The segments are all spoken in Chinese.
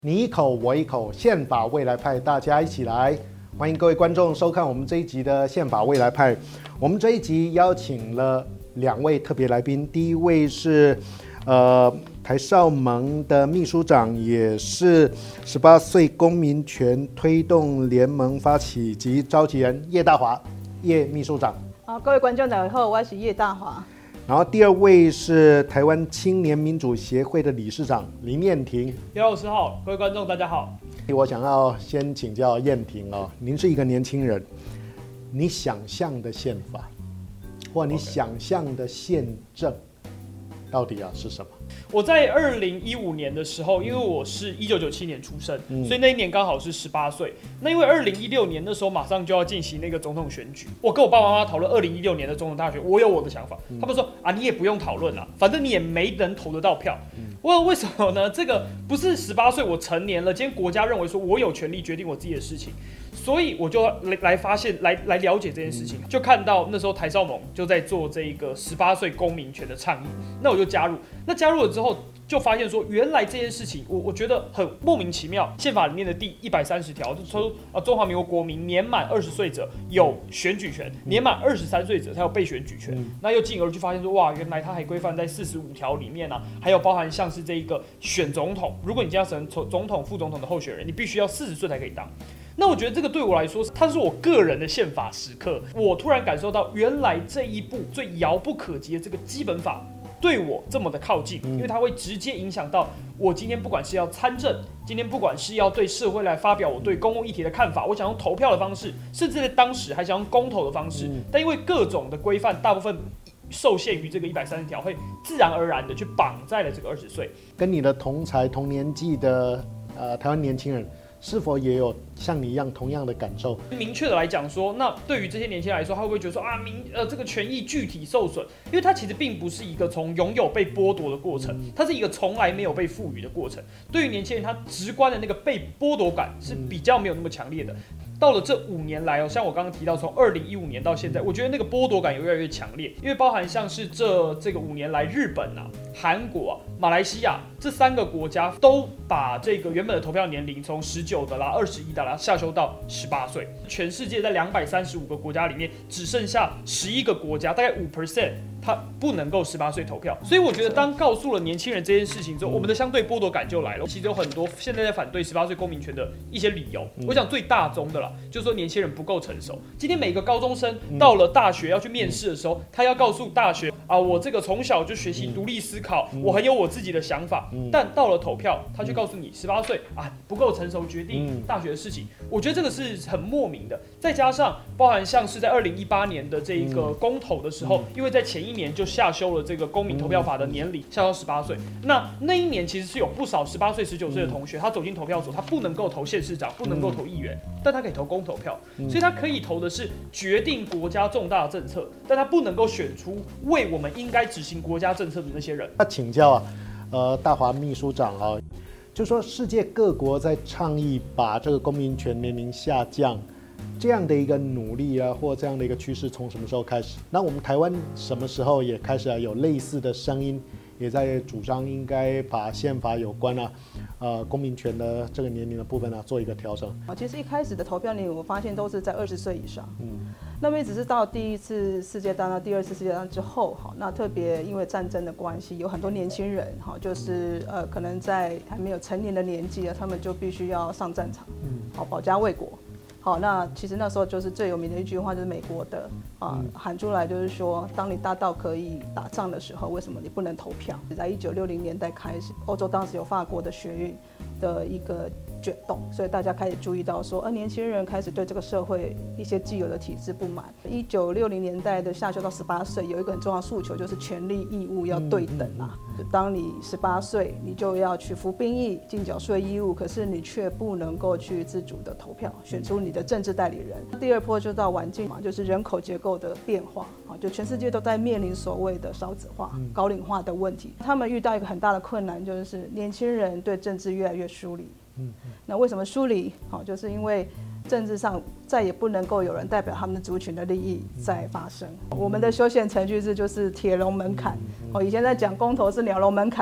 你一口我一口，宪法未来派，大家一起来！欢迎各位观众收看我们这一集的宪法未来派。我们这一集邀请了2位特别来宾，第一位是台少盟的秘书长，也是18岁公民权推动联盟发起及召集人叶大华，叶秘书长。 各位观众大家好，我是叶大华。 然后第2位是台湾青年民主协会的理事长林燕婷。 叶老师好，各位观众大家好。 我想要先请教燕婷哦，您是一个年轻人，你想象的宪法，或你想象的宪政，到底是什么？ 我在2015年的时候，因为我是1997年出生，所以那一年刚好是18岁。那因为2016年那时候马上就要进行那个总统选举，我跟我爸爸妈妈讨论2016年的总统大选，我有我的想法，他们说你也不用讨论啦，反正你也没人投得到票。我为什么呢？这个不是18岁我成年了，今天国家认为说我有权利决定我自己的事情，所以我就来发现来了解这件事情，就看到那时候台少盟就在做这个18岁公民权的倡议，那我就加入。那加入了之后，就发现说原来这件事情我觉得很莫名其妙。宪法里面的第130条就说中华民国国民年满20岁者有选举权，年满23岁者才有被选举权。那又进而去发现说哇，原来它还规范在45条里面还有包含像是这一个选总统，如果你要选总统、副总统的候选人，你必须要40岁才可以当。那我觉得这个对我来说，它是我个人的宪法时刻。我突然感受到，原来这一部最遥不可及的这个基本法，对我这么的靠近，因为它会直接影响到我今天不管是要参政，今天不管是要对社会来发表我对公共议题的看法，我想用投票的方式，甚至在当时还想用公投的方式，但因为各种的规范，大部分受限于这个130条，会自然而然的去绑在了这个20岁。 跟你的同才同年纪的台湾年轻人，是否也有像你一样同样的感受？ 明确的来讲说，那对于这些年轻人来说，他会不会觉得说这个权益具体受损？因为它其实并不是一个从拥有被剥夺的过程，它是一个从来没有被赋予的过程。对于年轻人，他直观的那个被剥夺感是比较没有那么强烈的。到了这5年来像我刚刚提到，从2015年到现在，我觉得那个剥夺感有越来越强烈，因为包含像是这个5年来，日本韩国马来西亚这3个国家都把这个原本的投票年龄从19的21的下修到18岁。全世界在235个国家里面，只剩下11个国家，大概5%。他不能够18岁投票，所以我觉得当告诉了年轻人这件事情之后，我们的相对剥夺感就来了。其实有很多现在在反对18岁公民权的一些理由，我想最大宗的就是说年轻人不够成熟。今天每个高中生到了大学要去面试的时候，他要告诉大学我这个从小就学习独立思考，我很有我自己的想法，但到了投票，他却告诉你18岁不够成熟决定大学的事情。我觉得这个是很莫名的。再加上包含像是在2018年的这一个公投的时候，因为在前1年就下修了这个公民投票法的年龄，下到18岁。那一年其实是有不少18岁、19岁的同学，他走进投票所，他不能够投县市长，不能够投议员，但他可以投公投票，所以他可以投的是决定国家重大的政策，但他不能够选出为我们应该执行国家政策的那些人。 请教大华秘书长就说世界各国在倡议把这个公民权年龄下降，这样的一个努力或这样的一个趋势从什么时候开始？那我们台湾什么时候也开始有类似的声音，也在主张应该把宪法有关公民权的这个年龄的部分做一个调整？ 其实一开始的投票年龄，我发现都是在20岁以上。那么只是到第1次世界大战、第2次世界大战之后，那特别因为战争的关系，有很多年轻人就是可能在还没有成年的年纪他们就必须要上战场，保家卫国。那其实那时候就是最有名的一句话，就是美国的喊出来，就是说，当你大到可以打仗的时候，为什么你不能投票？在1960年代开始，欧洲当时有法国的学运的一个卷动，所以大家开始注意到说，年轻人开始对这个社会一些既有的体制不满。1960年代的下修到18岁，有一个很重要的诉求，就是权利义务要对等当你18岁，你就要去服兵役、尽缴税义务，可是你却不能够去自主的投票，选出你的政治代理人。第2波就到晚近就是人口结构的变化就全世界都在面临所谓的少子化、高龄化的问题。他们遇到一个很大的困难，就是年轻人对政治越来越疏离。那为什么疏离？就是因为政治上再也不能够有人代表他们的族群的利益在发生。我们的修宪程序制就是铁笼门槛，以前在讲公投是鸟笼门槛，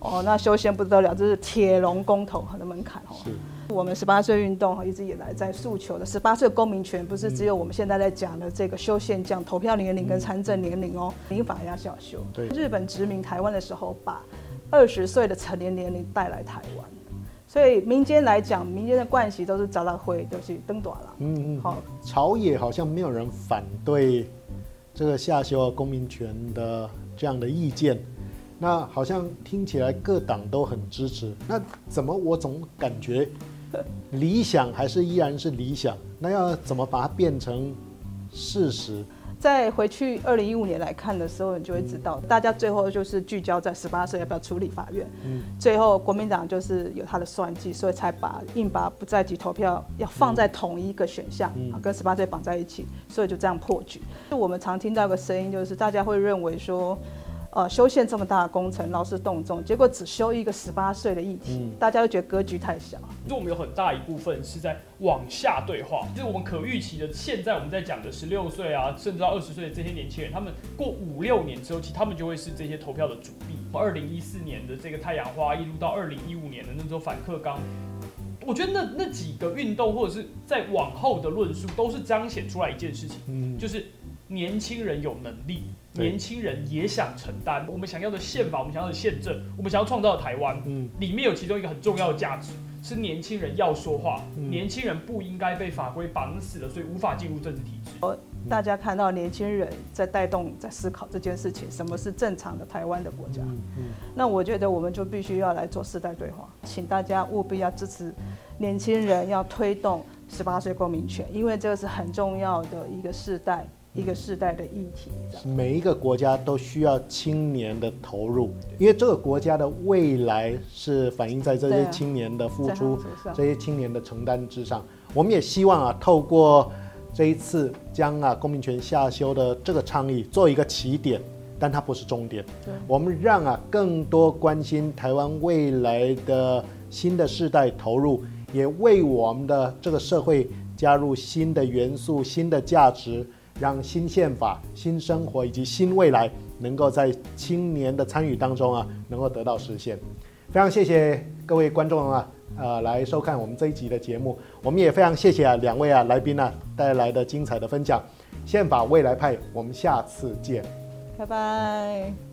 哦，那修宪不得了，这是铁笼公投的门槛哦。我们18岁运动一直以来在诉求的18岁公民权，不是只有我们现在在讲的这个修宪降投票年龄跟参政年龄哦，民法要下修。日本殖民台湾的时候，把20岁的成年年龄带来台湾，所以民间来讲，民间的惯习都是早早会都是登短了。好， 朝野好像没有人反对这个下修公民权的这样的意见。那好像听起来各党都很支持，那怎么我总感觉理想还是依然是理想？那要怎么把它变成事实？ 再回去2015年来看的时候，你就会知道，大家最后就是聚焦在18岁要不要处理法院。最后国民党就是有他的算计，所以才硬把不在籍投票要放在同一个选项，跟18岁绑在一起，所以就这样破局。我们常听到一个声音，就是大家会认为说，修宪这么大的工程，劳师动众，结果只修一个18岁的议题，大家会觉得格局太小。 就我们有很大一部分是在往下对话，就是我们可预期的，现在我们在讲的16岁啊，甚至到20岁的这些年轻人，他们过5、6年之后，其实他们就会是这些投票的主力。2014年的这个太阳花，一路到2015年的那时候反课纲，我觉得那几个运动，或者是在往后的论述，都是彰显出来一件事情，就是年轻人有能力。年轻人也想承担，我们想要的宪法，我们想要的宪政，我们想要创造的台湾，里面有其中一个很重要的价值，是年轻人要说话，年轻人不应该被法规绑死了，所以无法进入政治体制。 大家看到年轻人在带动、在思考这件事情，什么是正常的台湾的国家？那我觉得我们就必须要来做世代对话，请大家务必要支持年轻人，要推动18岁公民权，因为这个是很重要的一个世代的议题。 每一个国家都需要青年的投入，因为这个国家的未来是反映在这些青年的付出、这些青年的承担之上。我们也希望透过这一次将公民权下修的这个倡议做一个起点，但它不是终点。我们让更多关心台湾未来的新的世代投入，也为我们的这个社会加入新的元素、新的价值。让新宪法、新生活以及新未来能够在青年的参与当中能够得到实现。非常谢谢各位观众来收看我们这一集的节目。我们也非常谢谢2位来宾带来的精彩的分享。宪法未来派，我们下次见， 拜拜。